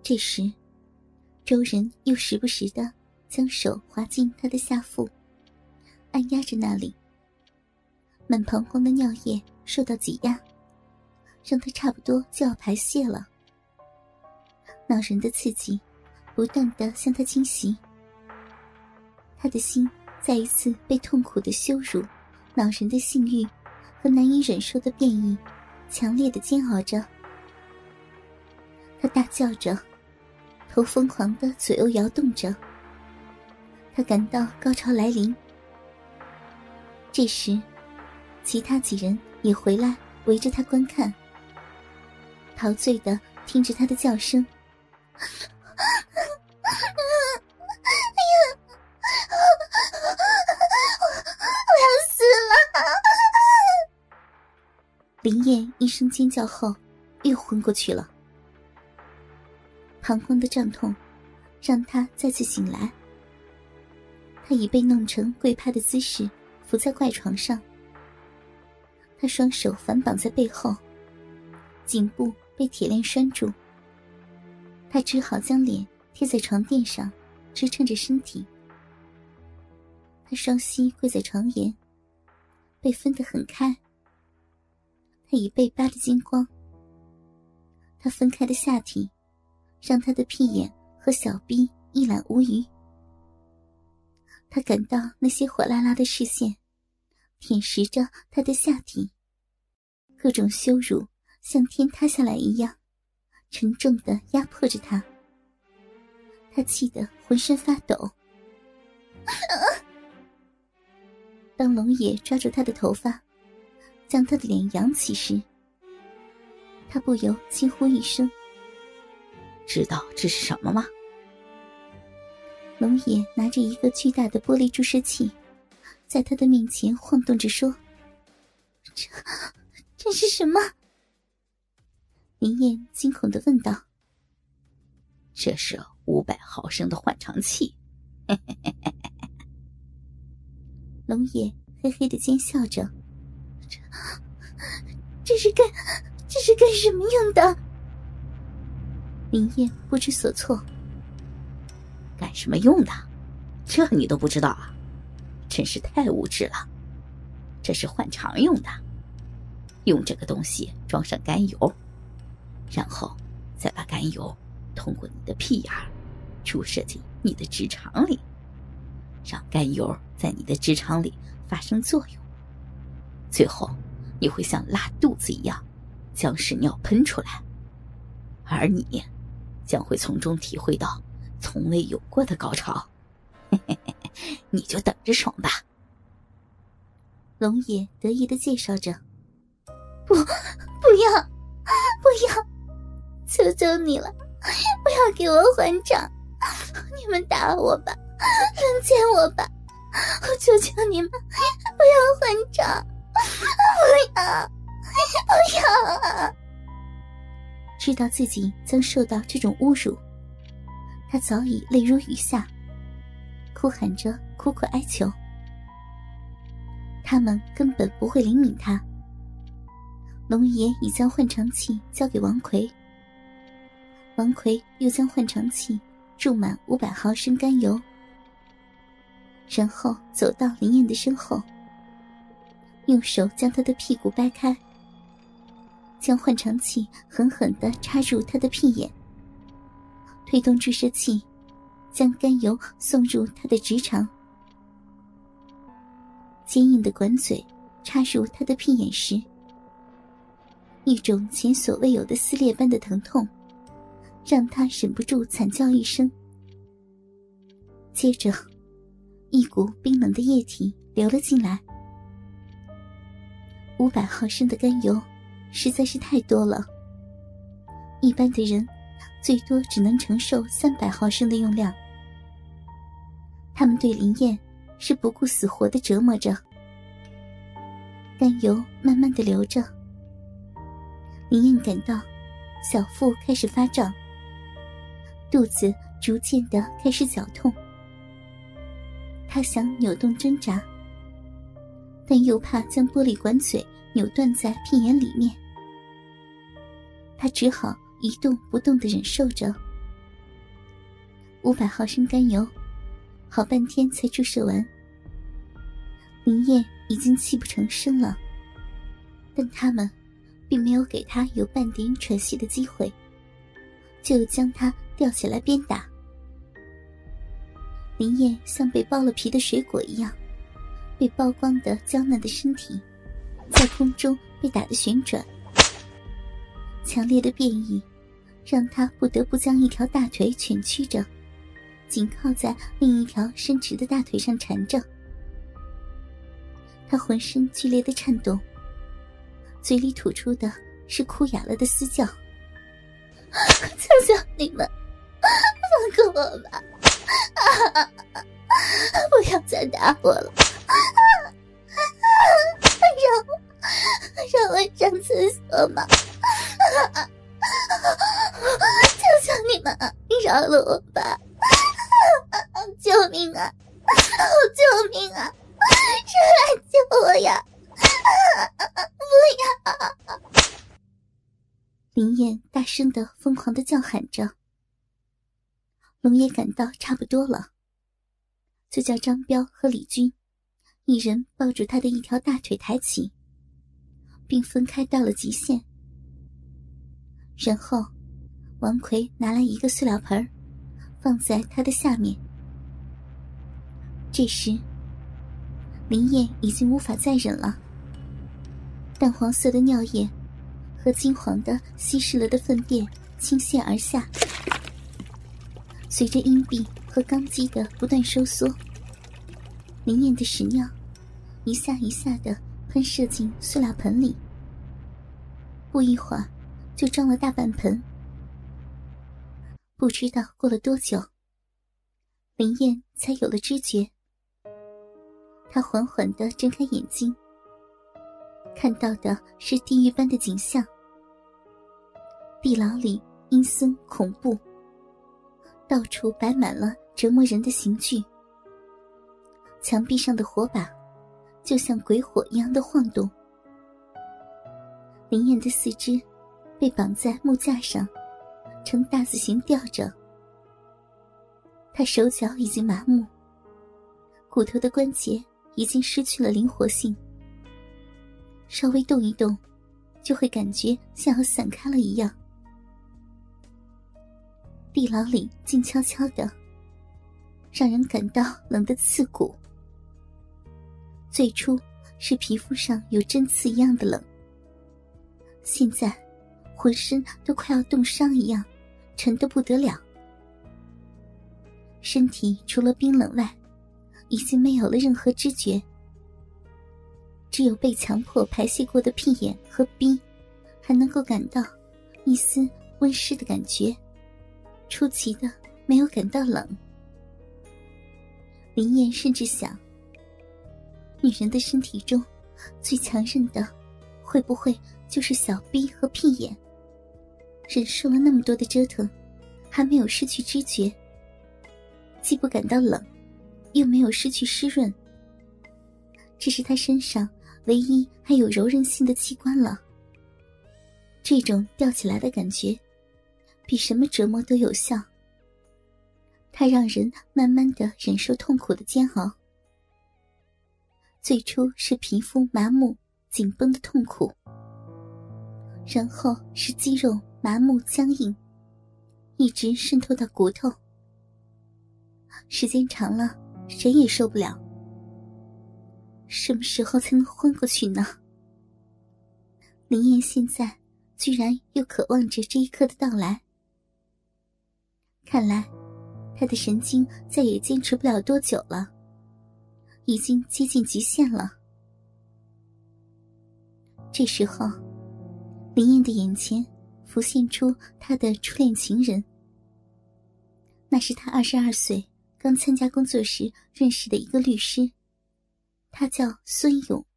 这时，周人又时不时地将手滑进他的下腹，按压着那里。满膀胱的尿液受到挤压，让他差不多就要排泄了。恼人的刺激不断地向他侵袭，他的心再一次被痛苦的羞辱、恼人的性欲和难以忍受的变异强烈的煎熬着。他大叫着，头疯狂地左右摇动着。他感到高潮来临。这时，其他几人也回来围着他观看，陶醉地听着他的叫声。林燕一声尖叫后又昏过去了。膀胱的胀痛让她再次醒来，她已被弄成跪趴的姿势伏在怪床上，她双手反绑在背后，颈部被铁链拴住，她只好将脸贴在床垫上支撑着身体。她双膝跪在床沿，被分得很开，他已被扒得精光。他分开的下体让他的屁眼和小臂一览无余。他感到那些火辣辣的视线舔食着他的下体，各种羞辱像天塌下来一样沉重地压迫着他。他气得浑身发抖。当龙野抓住他的头发将他的脸扬起时，他不由惊呼一声： 知道这是什么吗？ 龙野拿着一个巨大的玻璃注射器在他的面前晃动着说：这是什么？林燕惊恐地问道。 这是500毫升的换肠器。 龙野嘿嘿地奸笑着。这是干什么用的？林燕不知所措。 干什么用的？这你都不知道啊？真是太无知了。这是换肠用的，用这个东西装上甘油，然后再把甘油通过你的屁眼注射进你的直肠里，让甘油在你的直肠里发生作用，最后你会像拉肚子一样将屎尿喷出来，而你将会从中体会到从未有过的高潮。你就等着爽吧。 龙野得意地介绍着。不要，求求你了，不要给我还肠，你们打我吧，轮奸我吧，我求求你们不要还肠，不要。知道自己将受到这种侮辱，他早已泪如雨下，哭喊着苦苦哀求。他们根本不会怜悯他。龙爷已将换肠器交给王奎，王奎又将换肠器注满500毫升甘油，然后走到林燕的身后，用手将她的屁股掰开，将换肠器狠狠地插入她的屁眼，推动注射器将甘油送入她的直肠。坚硬的管嘴插入她的屁眼时，一种前所未有的撕裂般的疼痛让她忍不住惨叫一声。接着一股冰冷的液体流了进来。500毫升的甘油实在是太多了，一般的人最多只能承受300毫升的用量。他们对林燕是不顾死活地折磨着。甘油慢慢地流着，林燕感到小腹开始发胀，肚子逐渐地开始绞痛。她想扭动挣扎，但又怕将玻璃管嘴扭断在屁眼里面。她只好一动不动地忍受着。 500毫升甘油，好半天才注射完。林燕已经泣不成声了，但他们并没有给他有半点喘息的机会，就将他吊起来鞭打。林燕像被剥了皮的水果一样，被剥光的娇嫩的身体在空中被打得旋转。强烈的变异让他不得不将一条大腿蜷曲着，紧靠在另一条伸直的大腿上缠着。他浑身剧烈的颤动，嘴里吐出的是哭哑了的嘶叫：“求求你们，放过我吧！不要再打我了！让我上厕所嘛！求求你们，饶了我吧！救命啊！救命啊！谁来救我呀！不要！”林燕大声地疯狂地叫喊着。龙爷感到差不多了，就叫张彪和李军一人抱住他的一条大腿抬起，并分开到了极限。然后王奎拿来一个塑料盆放在他的下面。这时林燕已经无法再忍了，淡黄色的尿液和金黄的稀释了的粪便倾泻而下，随着阴壁和肛肌的不断收缩，林燕的屎尿一下一下地喷射进塑料盆里，不一会儿就装了大半盆。不知道过了多久，林燕才有了知觉。她缓缓地睁开眼睛，看到的是地狱般的景象。地牢里阴森恐怖，到处摆满了折磨人的刑具，墙壁上的火把就像鬼火一样的晃动。林燕的四肢被绑在木架上，呈大字形吊着。她手脚已经麻木，骨头的关节已经失去了灵活性，稍微动一动就会感觉像要散开了一样。地牢里静悄悄的，让人感到冷得刺骨。最初是皮肤上有针刺一样的冷，现在浑身都快要冻伤一样，沉得不得了。身体除了冰冷外，已经没有了任何知觉，只有被强迫排泄过的屁眼和逼还能够感到一丝温湿的感觉，出奇的没有感到冷。林燕甚至想，女人的身体中最强韧的会不会就是小逼和屁眼？忍受了那么多的折腾，还没有失去知觉，既不感到冷，又没有失去湿润，这是她身上唯一还有柔韧性的器官了。这种吊起来的感觉比什么折磨都有效，它让人慢慢地忍受痛苦的煎熬。最初是皮肤麻木紧绷的痛苦，然后是肌肉麻木僵硬，一直渗透到骨头。时间长了，谁也受不了。什么时候才能昏过去呢？林燕现在居然又渴望着这一刻的到来。看来她的神经再也坚持不了多久了，已经接近极限了。这时候林燕的眼前浮现出她的初恋情人，那是她22岁刚参加工作时认识的一个律师，他叫孙勇。